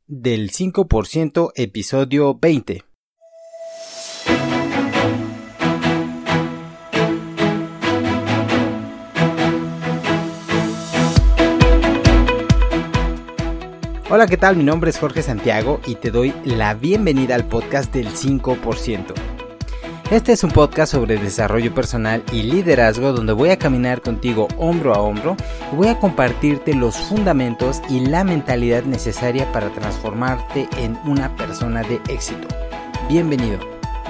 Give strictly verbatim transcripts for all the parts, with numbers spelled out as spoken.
del cinco por ciento episodio veinte. Hola, ¿qué tal? Mi nombre es Jorge Santiago y te doy la bienvenida al podcast del cinco por ciento. Este es un podcast sobre desarrollo personal y liderazgo donde voy a caminar contigo hombro a hombro y voy a compartirte los fundamentos y la mentalidad necesaria para transformarte en una persona de éxito. Bienvenido.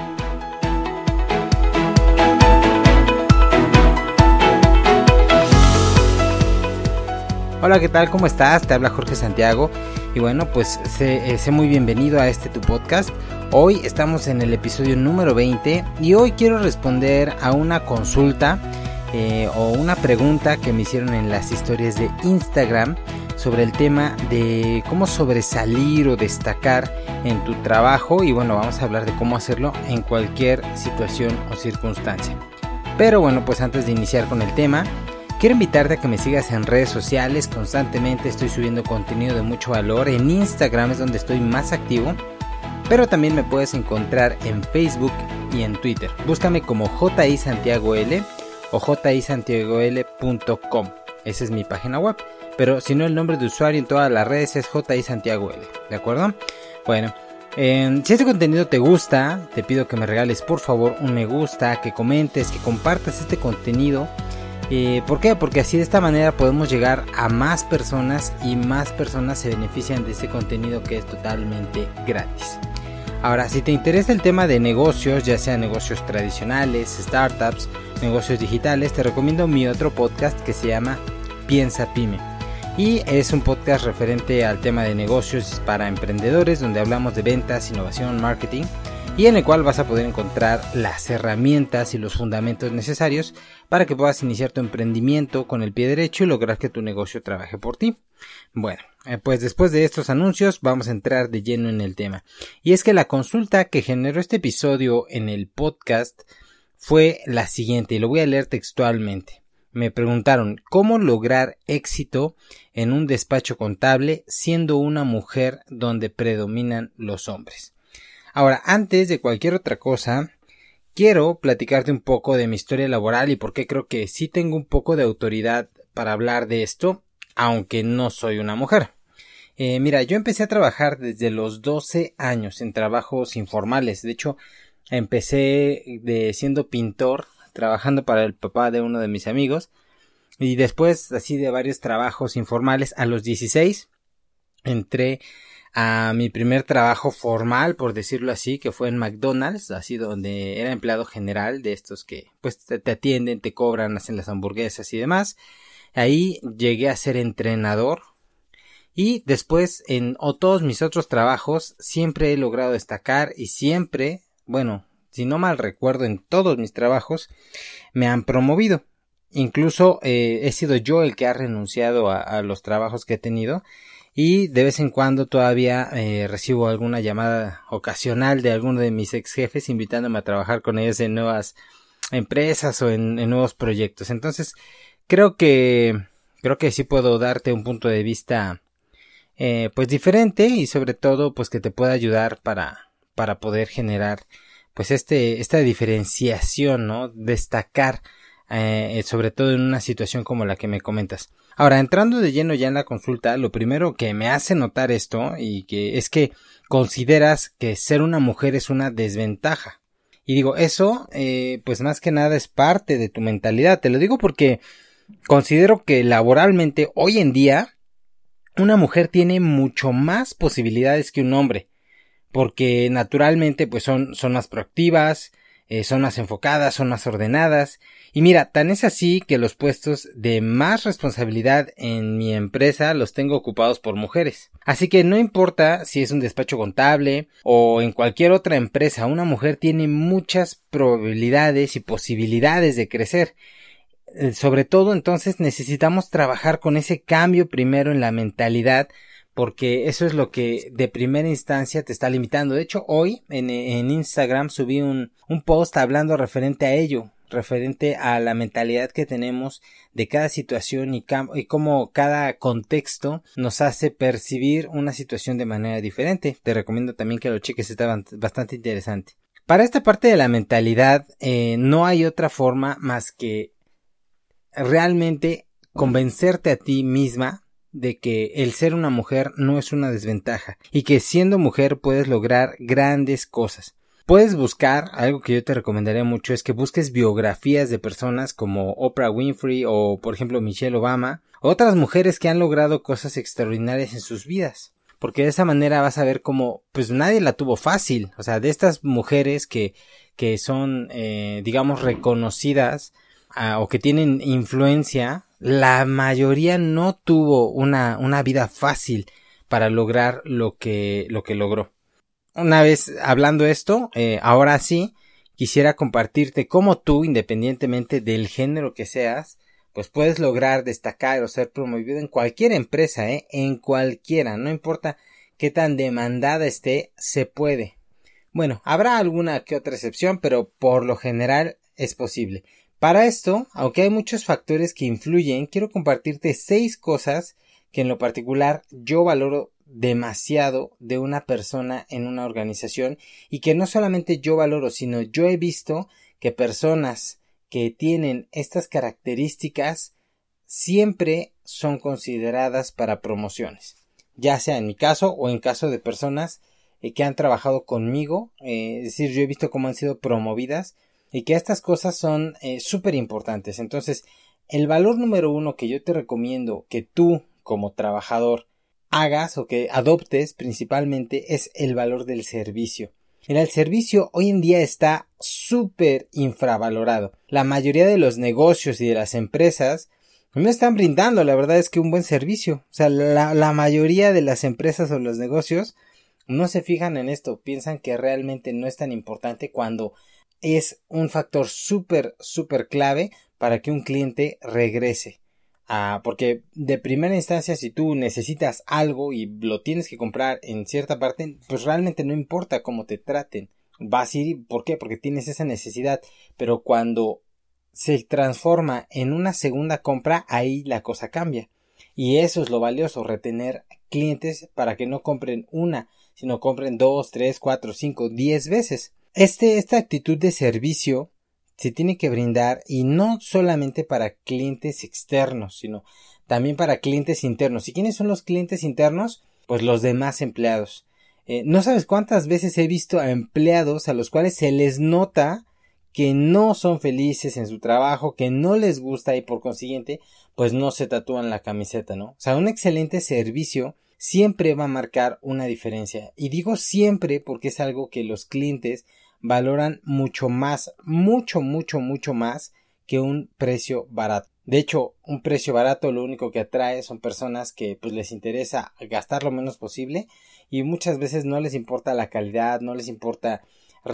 Hola, ¿qué tal? ¿Cómo estás? Te habla Jorge Santiago y bueno, pues sé, sé muy bienvenido a este tu podcast. Hoy estamos en el episodio número veinte y hoy quiero responder a una consulta eh, o una pregunta que me hicieron en las historias de Instagram sobre el tema de cómo sobresalir o destacar en tu trabajo y bueno, vamos a hablar de cómo hacerlo en cualquier situación o circunstancia. Pero bueno, pues antes de iniciar con el tema, quiero invitarte a que me sigas en redes sociales. Constantemente estoy subiendo contenido de mucho valor. En Instagram es donde estoy más activo, pero también me puedes encontrar en Facebook y en Twitter. Búscame como J I Santiago L o j i santiago l punto com. Esa es mi página web, pero si no, el nombre de usuario en todas las redes es J I Santiago L, ¿de acuerdo? Bueno, eh, si este contenido te gusta, te pido que me regales por favor un me gusta, que comentes, que compartas este contenido. Eh, ¿Por qué? Porque así de esta manera podemos llegar a más personas y más personas se benefician de este contenido que es totalmente gratis. Ahora, si te interesa el tema de negocios, ya sea negocios tradicionales, startups, negocios digitales, te recomiendo mi otro podcast que se llama Piensa Pyme. Y es un podcast referente al tema de negocios para emprendedores, donde hablamos de ventas, innovación, marketing, y en el cual vas a poder encontrar las herramientas y los fundamentos necesarios para que puedas iniciar tu emprendimiento con el pie derecho y lograr que tu negocio trabaje por ti. Bueno, pues después de estos anuncios vamos a entrar de lleno en el tema. Y es que la consulta que generó este episodio en el podcast fue la siguiente, y lo voy a leer textualmente. Me preguntaron, ¿cómo lograr éxito en un despacho contable siendo una mujer donde predominan los hombres? Ahora, antes de cualquier otra cosa, quiero platicarte un poco de mi historia laboral y por qué creo que sí tengo un poco de autoridad para hablar de esto, aunque no soy una mujer. Eh, mira, yo empecé a trabajar desde los doce años en trabajos informales. De hecho, empecé de siendo pintor, trabajando para el papá de uno de mis amigos. Y después, así de varios trabajos informales, a los dieciséis, entré a mi primer trabajo formal, por decirlo así, que fue en McDonald's, así donde era empleado general de estos que pues te, te atienden, te cobran, hacen las hamburguesas y demás. Ahí llegué a ser entrenador y después en o todos mis otros trabajos siempre he logrado destacar y siempre, bueno, si no mal recuerdo, en todos mis trabajos me han promovido. Incluso eh, he sido yo el que ha renunciado a, a los trabajos que he tenido. Y de vez en cuando todavía eh, recibo alguna llamada ocasional de alguno de mis ex jefes invitándome a trabajar con ellos en nuevas empresas o en, en nuevos proyectos. Entonces creo que creo que sí puedo darte un punto de vista eh, pues diferente y sobre todo pues que te pueda ayudar para para poder generar pues este esta diferenciación, ¿no? Destacar eh, sobre todo en una situación como la que me comentas. Ahora, entrando de lleno ya en la consulta, lo primero que me hace notar esto y que es que consideras que ser una mujer es una desventaja. Y digo, eso eh, pues más que nada es parte de tu mentalidad. Te lo digo porque considero que laboralmente hoy en día una mujer tiene mucho más posibilidades que un hombre. Porque naturalmente pues son, son más proactivas, eh, son más enfocadas, son más ordenadas. Y mira, tan es así que los puestos de más responsabilidad en mi empresa los tengo ocupados por mujeres. Así que no importa si es un despacho contable o en cualquier otra empresa, una mujer tiene muchas probabilidades y posibilidades de crecer. Eh, sobre todo entonces necesitamos trabajar con ese cambio primero en la mentalidad, porque eso es lo que de primera instancia te está limitando. De hecho, hoy en, en Instagram subí un, un post hablando referente a ello. referente a la mentalidad que tenemos de cada situación y, cam- y cómo cada contexto nos hace percibir una situación de manera diferente. Te recomiendo también que lo cheques, está bastante interesante. Para esta parte de la mentalidad eh, no hay otra forma más que realmente convencerte a ti misma de que el ser una mujer no es una desventaja y que siendo mujer puedes lograr grandes cosas. Puedes buscar, algo que yo te recomendaría mucho es que busques biografías de personas como Oprah Winfrey o por ejemplo Michelle Obama, otras mujeres que han logrado cosas extraordinarias en sus vidas, porque de esa manera vas a ver cómo pues nadie la tuvo fácil. O sea, de estas mujeres que, que son eh, digamos reconocidas uh, o que tienen influencia, la mayoría no tuvo una, una vida fácil para lograr lo que, lo que logró. Una vez hablando esto, eh, ahora sí, quisiera compartirte cómo tú, independientemente del género que seas, pues puedes lograr destacar o ser promovido en cualquier empresa, eh, en cualquiera, no importa qué tan demandada esté, se puede. Bueno, habrá alguna que otra excepción, pero por lo general es posible. Para esto, aunque hay muchos factores que influyen, quiero compartirte seis cosas que en lo particular yo valoro demasiado de una persona en una organización y que no solamente yo valoro, sino yo he visto que personas que tienen estas características siempre son consideradas para promociones, ya sea en mi caso o en caso de personas eh, que han trabajado conmigo, eh, es decir, yo he visto cómo han sido promovidas y que estas cosas son eh, súper importantes. Entonces, el valor número uno que yo te recomiendo que tú como trabajador hagas o que adoptes principalmente es el valor del servicio. Mira, el servicio hoy en día está súper infravalorado. La mayoría de los negocios y de las empresas no están brindando, la verdad es que un buen servicio. O sea, la, la mayoría de las empresas o los negocios no se fijan en esto, piensan que realmente no es tan importante cuando es un factor súper, súper clave para que un cliente regrese. Ah, porque de primera instancia, si tú necesitas algo y lo tienes que comprar en cierta parte, pues realmente no importa cómo te traten. Vas a ir, ¿por qué? Porque tienes esa necesidad. Pero cuando se transforma en una segunda compra, ahí la cosa cambia. Y eso es lo valioso, retener clientes para que no compren una, sino compren dos, tres, cuatro, cinco, diez veces. Este, esta actitud de servicio se tiene que brindar y no solamente para clientes externos, sino también para clientes internos. ¿Y quiénes son los clientes internos? Pues los demás empleados. Eh, no sabes cuántas veces he visto a empleados a los cuales se les nota que no son felices en su trabajo, que no les gusta y por consiguiente pues no se tatúan la camiseta, ¿no? O sea, un excelente servicio siempre va a marcar una diferencia. Y digo siempre porque es algo que los clientes valoran mucho más, mucho, mucho, mucho más que un precio barato. De hecho, un precio barato lo único que atrae son personas que pues les interesa gastar lo menos posible y muchas veces no les importa la calidad, no les importa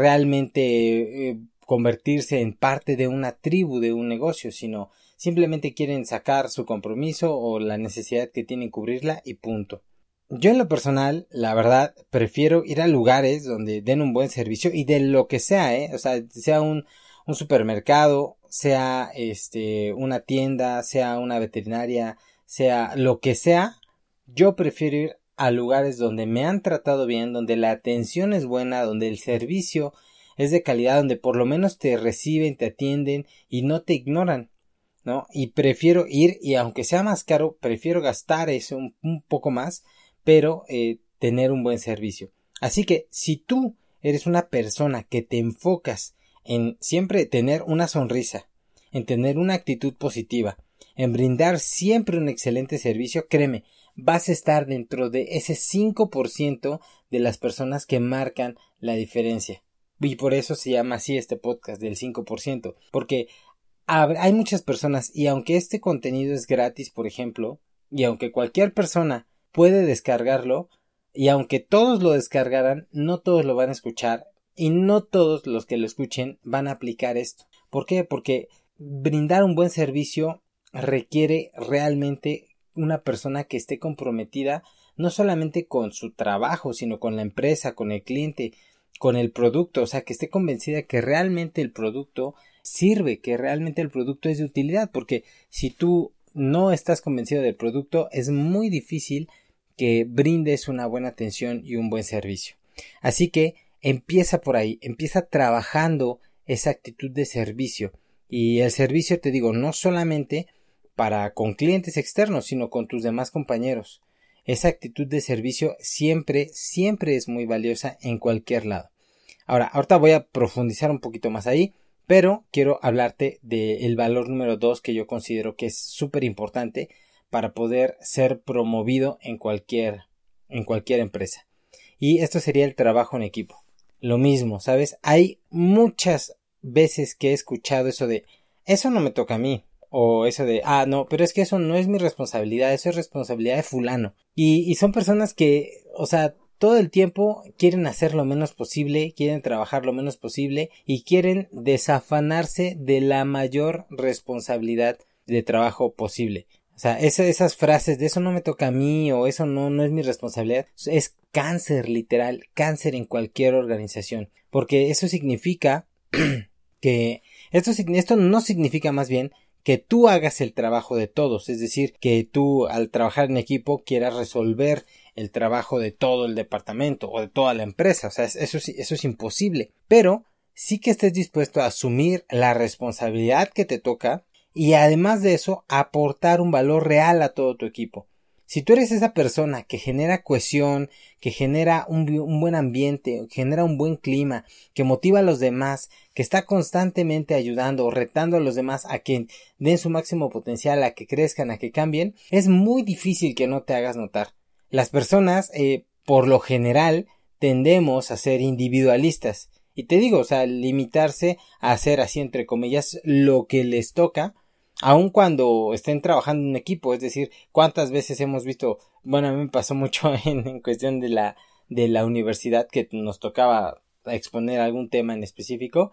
realmente eh, convertirse en parte de una tribu, de un negocio, sino simplemente quieren sacar su compromiso o la necesidad que tienen cubrirla y punto. Yo en lo personal, la verdad, prefiero ir a lugares donde den un buen servicio y de lo que sea, eh, o sea, sea un, un supermercado, sea este, una tienda, sea una veterinaria, sea lo que sea, yo prefiero ir a lugares donde me han tratado bien, donde la atención es buena, donde el servicio es de calidad, donde por lo menos te reciben, te atienden y no te ignoran, ¿no? Y prefiero ir, y aunque sea más caro, prefiero gastar eso un, un poco más, pero eh, tener un buen servicio. Así que si tú eres una persona que te enfocas en siempre tener una sonrisa, en tener una actitud positiva, en brindar siempre un excelente servicio, créeme, vas a estar dentro de ese cinco por ciento de las personas que marcan la diferencia. Y por eso se llama así este podcast del cinco por ciento, porque hay muchas personas y aunque este contenido es gratis, por ejemplo, y aunque cualquier persona puede descargarlo, y aunque todos lo descargaran, no todos lo van a escuchar y no todos los que lo escuchen van a aplicar esto. ¿Por qué? Porque brindar un buen servicio requiere realmente una persona que esté comprometida no solamente con su trabajo, sino con la empresa, con el cliente, con el producto, o sea, que esté convencida que realmente el producto sirve, que realmente el producto es de utilidad, porque si tú no estás convencido del producto, es muy difícil que brindes una buena atención y un buen servicio. Así que empieza por ahí, empieza trabajando esa actitud de servicio. Y el servicio, te digo, no solamente para con clientes externos, sino con tus demás compañeros. Esa actitud de servicio siempre, siempre es muy valiosa en cualquier lado. Ahora, ahorita voy a profundizar un poquito más ahí, pero quiero hablarte del valor número dos que yo considero que es súper importante para poder ser promovido en cualquier, en cualquier empresa. Y esto sería el trabajo en equipo. Lo mismo, ¿sabes? Hay muchas veces que he escuchado eso de, eso no me toca a mí. O eso de, ah, no, pero es que eso no es mi responsabilidad, eso es responsabilidad de fulano. Y, y son personas que, o sea, todo el tiempo quieren hacer lo menos posible, quieren trabajar lo menos posible y quieren desafanarse de la mayor responsabilidad de trabajo posible. O sea, esa, esas frases de eso no me toca a mí o eso no, no es mi responsabilidad, es cáncer literal, cáncer en cualquier organización. Porque eso significa que, esto, esto no significa más bien que tú hagas el trabajo de todos, es decir, que tú al trabajar en equipo quieras resolver el trabajo de todo el departamento o de toda la empresa, o sea, eso, eso es imposible, pero sí que estés dispuesto a asumir la responsabilidad que te toca y además de eso aportar un valor real a todo tu equipo. Si tú eres esa persona que genera cohesión, que genera un, un buen ambiente, genera un buen clima, que motiva a los demás, que está constantemente ayudando o retando a los demás a que den su máximo potencial, a que crezcan, a que cambien, es muy difícil que no te hagas notar. Las personas, eh, por lo general, tendemos a ser individualistas. Y te digo, o sea, limitarse a hacer así entre comillas lo que les toca, aun cuando estén trabajando en un equipo. Es decir, cuántas veces hemos visto, bueno, a mí me pasó mucho en, en cuestión de la, de la universidad que nos tocaba exponer algún tema en específico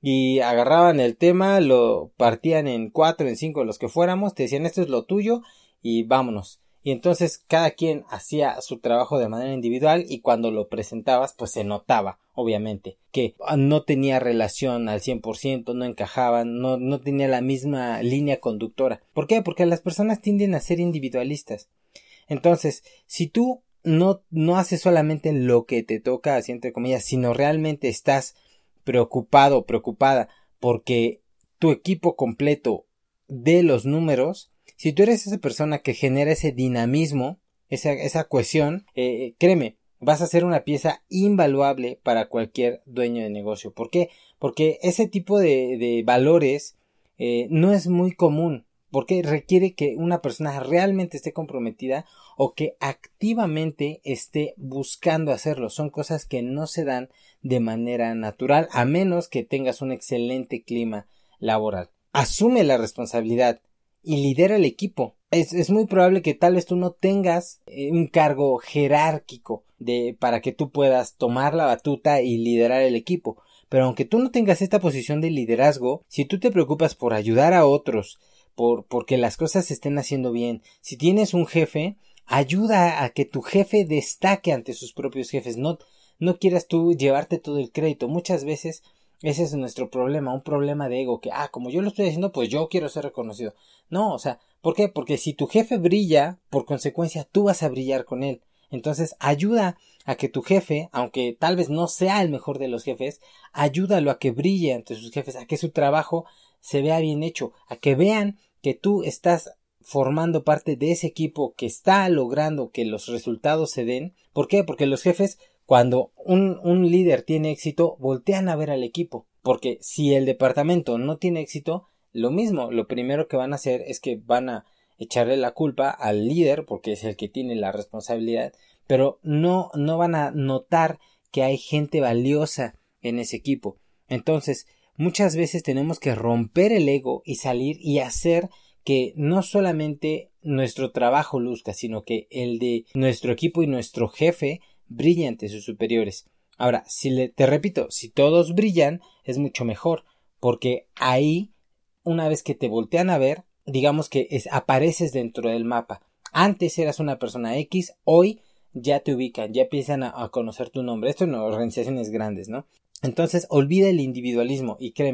y agarraban el tema, lo partían en cuatro, en cinco, los que fuéramos, te decían esto es lo tuyo y vámonos. Y entonces cada quien hacía su trabajo de manera individual y cuando lo presentabas pues se notaba, obviamente, que no tenía relación al cien por ciento, no encajaban, no, no tenía la misma línea conductora. ¿Por qué? Porque las personas tienden a ser individualistas. Entonces, si tú no, no haces solamente lo que te toca, así entre comillas, sino realmente estás preocupado, preocupada porque tu equipo completo dé los números. Si tú eres esa persona que genera ese dinamismo, esa, esa cohesión, eh, créeme, vas a ser una pieza invaluable para cualquier dueño de negocio. ¿Por qué? Porque ese tipo de, de valores eh, no es muy común. Porque requiere que una persona realmente esté comprometida o que activamente esté buscando hacerlo. Son cosas que no se dan de manera natural a menos que tengas un excelente clima laboral. Asume la responsabilidad y lidera el equipo. Es, es muy probable que tal vez tú no tengas eh, un cargo jerárquico de, para que tú puedas tomar la batuta y liderar el equipo. Pero aunque tú no tengas esta posición de liderazgo, si tú te preocupas por ayudar a otros, por porque las cosas se estén haciendo bien, si tienes un jefe, ayuda a que tu jefe destaque ante sus propios jefes. No, no quieras tú llevarte todo el crédito. Muchas veces ese es nuestro problema, un problema de ego, que, ah, como yo lo estoy haciendo, pues yo quiero ser reconocido. No, o sea, ¿por qué? Porque si tu jefe brilla, por consecuencia, tú vas a brillar con él. Entonces, ayuda a que tu jefe, aunque tal vez no sea el mejor de los jefes, ayúdalo a que brille ante sus jefes, a que su trabajo se vea bien hecho, a que vean que tú estás formando parte de ese equipo que está logrando que los resultados se den. ¿Por qué? Porque los jefes, cuando un, un líder tiene éxito, voltean a ver al equipo. Porque si el departamento no tiene éxito, lo mismo, lo primero que van a hacer es que van a echarle la culpa al líder porque es el que tiene la responsabilidad, pero no, no van a notar que hay gente valiosa en ese equipo. Entonces, muchas veces tenemos que romper el ego y salir y hacer que no solamente nuestro trabajo luzca, sino que el de nuestro equipo y nuestro jefe brille ante sus superiores. Ahora, si le, te repito, si todos brillan, es mucho mejor, porque ahí, una vez que te voltean a ver, digamos que es, apareces dentro del mapa. Antes eras una persona X, hoy ya te ubican, ya empiezan a, a conocer tu nombre. Esto en organizaciones grandes, ¿no? Entonces, olvida el individualismo y créeme,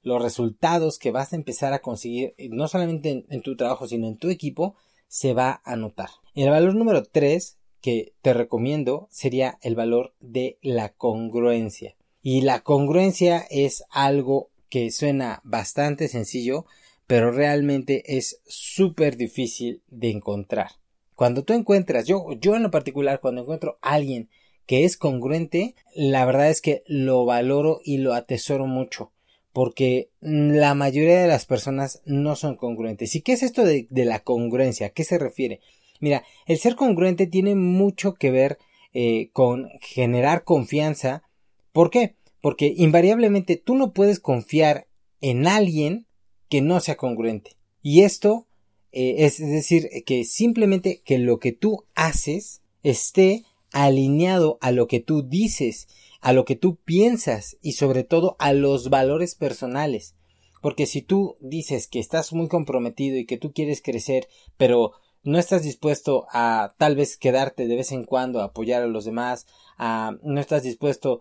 los resultados que vas a empezar a conseguir, no solamente en, en tu trabajo, sino en tu equipo, se va a notar. El valor número tres que te recomiendo sería el valor de la congruencia. Y la congruencia es algo que suena bastante sencillo, pero realmente es súper difícil de encontrar. Cuando tú encuentras, yo, yo en lo particular, cuando encuentro a alguien que es congruente, la verdad es que lo valoro y lo atesoro mucho, porque la mayoría de las personas no son congruentes. ¿Y qué es esto de, de la congruencia? ¿A qué se refiere? Mira, el ser congruente tiene mucho que ver eh, con generar confianza. ¿Por qué? Porque invariablemente tú no puedes confiar en alguien que no sea congruente. Y esto eh, es decir, que simplemente que lo que tú haces esté alineado a lo que tú dices, a lo que tú piensas y sobre todo a los valores personales. Porque si tú dices que estás muy comprometido y que tú quieres crecer, pero no estás dispuesto a tal vez quedarte de vez en cuando a apoyar a los demás, a, no estás dispuesto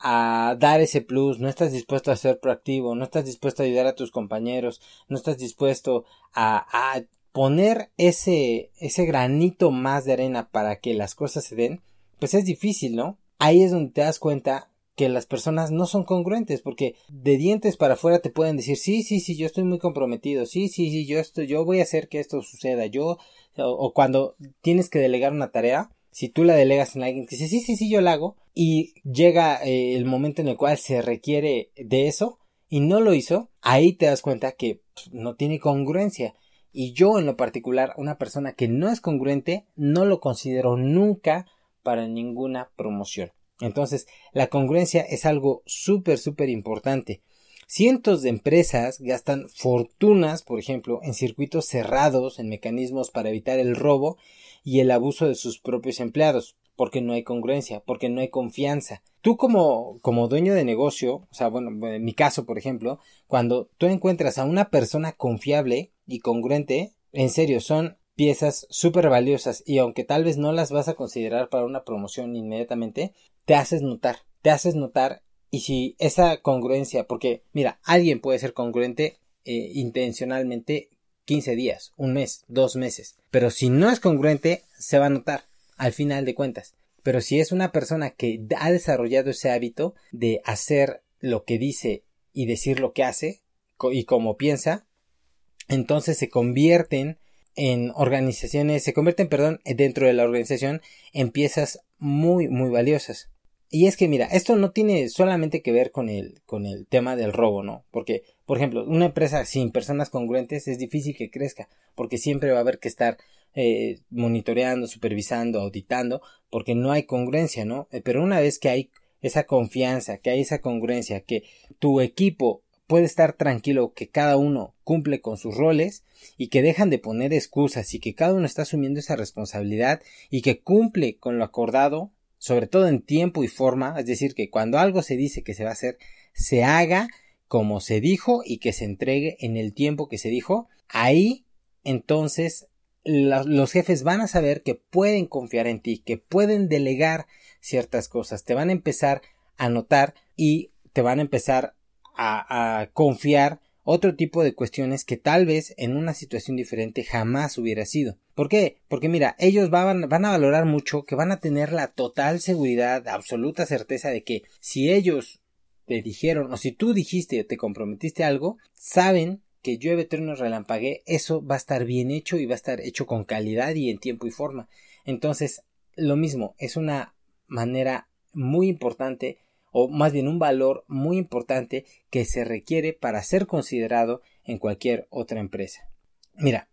a dar ese plus, no estás dispuesto a ser proactivo, no estás dispuesto a ayudar a tus compañeros, no estás dispuesto a, a poner ese, ese granito más de arena para que las cosas se den, pues es difícil, ¿no? Ahí es donde te das cuenta que las personas no son congruentes, porque de dientes para afuera te pueden decir, sí, sí, sí, yo estoy muy comprometido, sí, sí, sí, yo estoy, yo voy a hacer que esto suceda, yo, o, o cuando tienes que delegar una tarea, si tú la delegas en alguien que dice, sí, sí, sí, yo la hago, y llega eh, el momento en el cual se requiere de eso, y no lo hizo, ahí te das cuenta que pff, no tiene congruencia. Y yo en lo particular, una persona que no es congruente, no lo considero nunca para ninguna promoción. Entonces, la congruencia es algo súper, súper importante. Cientos de empresas gastan fortunas, por ejemplo, en circuitos cerrados, en mecanismos para evitar el robo y el abuso de sus propios empleados, porque no hay congruencia, porque no hay confianza. Tú como, como dueño de negocio, o sea, bueno, en mi caso, por ejemplo, cuando tú encuentras a una persona confiable y congruente, en serio, son piezas súper valiosas y aunque tal vez no las vas a considerar para una promoción inmediatamente, te haces notar, te haces notar y si esa congruencia, porque mira, alguien puede ser congruente eh, intencionalmente quince días, un mes, dos meses, pero si no es congruente se va a notar al final de cuentas. Pero si es una persona que ha desarrollado ese hábito de hacer lo que dice y decir lo que hace y como piensa, entonces se convierten en organizaciones, se convierten, perdón, dentro de la organización en piezas muy, muy valiosas. Y es que mira, esto no tiene solamente que ver con el, con el tema del robo, ¿no? Porque, por ejemplo, una empresa sin personas congruentes es difícil que crezca, porque siempre va a haber que estar eh, monitoreando, supervisando, auditando, porque no hay congruencia, ¿no? Eh, pero una vez que hay esa confianza, que hay esa congruencia, que tu equipo puede estar tranquilo que cada uno cumple con sus roles y que dejan de poner excusas y que cada uno está asumiendo esa responsabilidad y que cumple con lo acordado, sobre todo en tiempo y forma, es decir, que cuando algo se dice que se va a hacer, se haga como se dijo y que se entregue en el tiempo que se dijo, ahí entonces la, los jefes van a saber que pueden confiar en ti, que pueden delegar ciertas cosas, te van a empezar a notar y te van a empezar A, a confiar otro tipo de cuestiones que tal vez en una situación diferente jamás hubiera sido. ¿Por qué? Porque mira, ellos van, van a valorar mucho que van a tener la total seguridad, absoluta certeza de que si ellos te dijeron o si tú dijiste o te comprometiste a algo, saben que llueve, trueno, relampaguee, eso va a estar bien hecho y va a estar hecho con calidad y en tiempo y forma. Entonces, lo mismo, es una manera muy importante o más bien un valor muy importante que se requiere para ser considerado en cualquier otra empresa. Mira,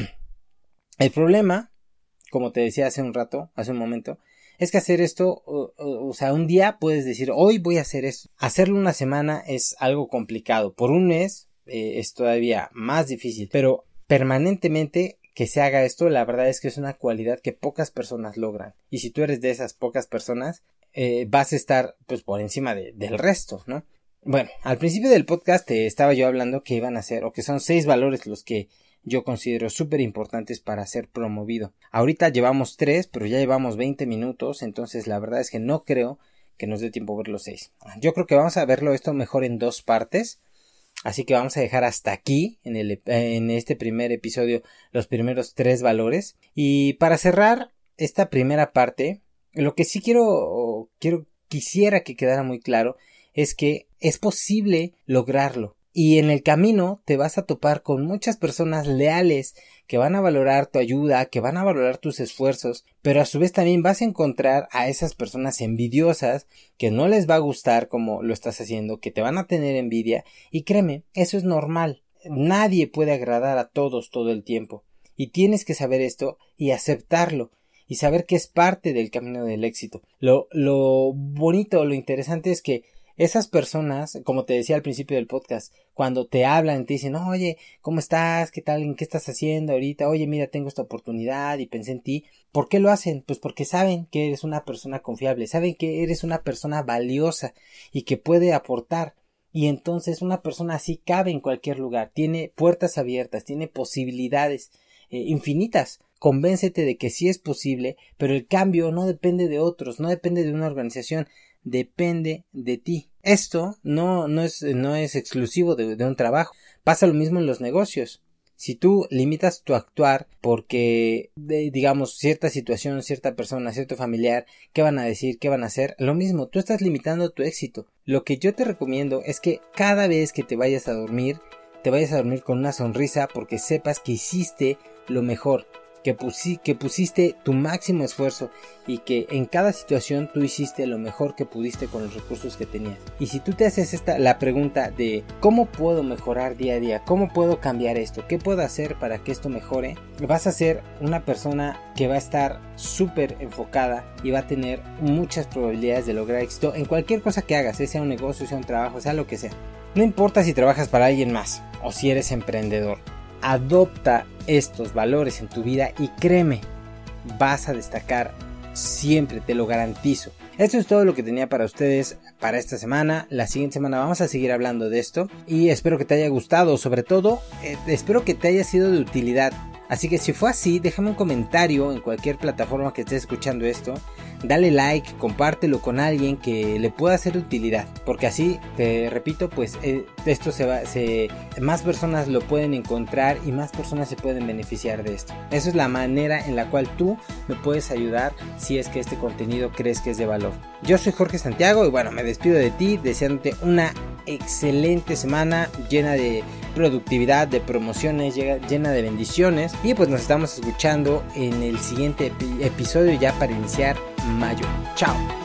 el problema, como te decía hace un rato, hace un momento, es que hacer esto, o, o, o sea, un día puedes decir, hoy voy a hacer esto. Hacerlo una semana es algo complicado. Por un mes eh, es todavía más difícil, pero permanentemente que se haga esto, la verdad es que es una cualidad que pocas personas logran. Y si tú eres de esas pocas personas, Eh, vas a estar pues por encima de, del resto, ¿no? Bueno, al principio del podcast te estaba yo hablando que iban a ser o que son seis valores los que yo considero súper importantes para ser promovido. Ahorita llevamos tres, pero ya llevamos veinte minutos, entonces la verdad es que no creo que nos dé tiempo a ver los seis. Yo creo que vamos a verlo esto mejor en dos partes. Así que vamos a dejar hasta aquí en, el, en este primer episodio los primeros tres valores. Y para cerrar esta primera parte, lo que sí quiero, quiero quisiera que quedara muy claro es que es posible lograrlo. Y en el camino te vas a topar con muchas personas leales que van a valorar tu ayuda, que van a valorar tus esfuerzos, pero a su vez también vas a encontrar a esas personas envidiosas que no les va a gustar como lo estás haciendo, que te van a tener envidia, y créeme, eso es normal. Nadie puede agradar a todos todo el tiempo, y tienes que saber esto y aceptarlo, y saber que es parte del camino del éxito. Lo, lo bonito, lo interesante es que esas personas, como te decía al principio del podcast, cuando te hablan, te dicen, oye, ¿cómo estás? ¿Qué tal? ¿Qué estás haciendo ahorita? Oye, mira, tengo esta oportunidad y pensé en ti. ¿Por qué lo hacen? Pues porque saben que eres una persona confiable, saben que eres una persona valiosa y que puede aportar. Y entonces una persona así cabe en cualquier lugar, tiene puertas abiertas, tiene posibilidades eh, infinitas. Convéncete de que sí es posible, pero el cambio no depende de otros, no depende de una organización, depende de ti. Esto no, no es, no es exclusivo de, de un trabajo. Pasa lo mismo en los negocios. Si tú limitas tu actuar porque, de, digamos, cierta situación, cierta persona, cierto familiar, ¿qué van a decir? ¿Qué van a hacer? Lo mismo, tú estás limitando tu éxito. Lo que yo te recomiendo es que cada vez que te vayas a dormir, te vayas a dormir con una sonrisa porque sepas que hiciste lo mejor. Que, pusi- que pusiste tu máximo esfuerzo y que en cada situación tú hiciste lo mejor que pudiste con los recursos que tenías. Y si tú te haces esta la pregunta de ¿cómo puedo mejorar día a día? ¿Cómo puedo cambiar esto? ¿Qué puedo hacer para que esto mejore? Vas a ser una persona que va a estar súper enfocada y va a tener muchas probabilidades de lograr éxito en cualquier cosa que hagas, sea un negocio, sea un trabajo, sea lo que sea. No importa si trabajas para alguien más o si eres emprendedor. Adopta estos valores en tu vida y créeme, vas a destacar siempre, te lo garantizo. Esto es todo lo que tenía para ustedes para esta semana. La siguiente semana vamos a seguir hablando de esto y espero que te haya gustado, sobre todo eh, espero que te haya sido de utilidad. Así que si fue así, déjame un comentario en cualquier plataforma que estés escuchando esto. Dale like, compártelo con alguien que le pueda hacer utilidad. Porque así, te repito, pues eh, esto se va, se, más personas lo pueden encontrar y más personas se pueden beneficiar de esto. Esa es la manera en la cual tú me puedes ayudar si es que este contenido crees que es de valor. Yo soy Jorge Santiago y bueno, me despido de ti deseándote una excelente semana llena de productividad, de promociones, llena de bendiciones y pues nos estamos escuchando en el siguiente epi- episodio ya para iniciar mayo. Chao.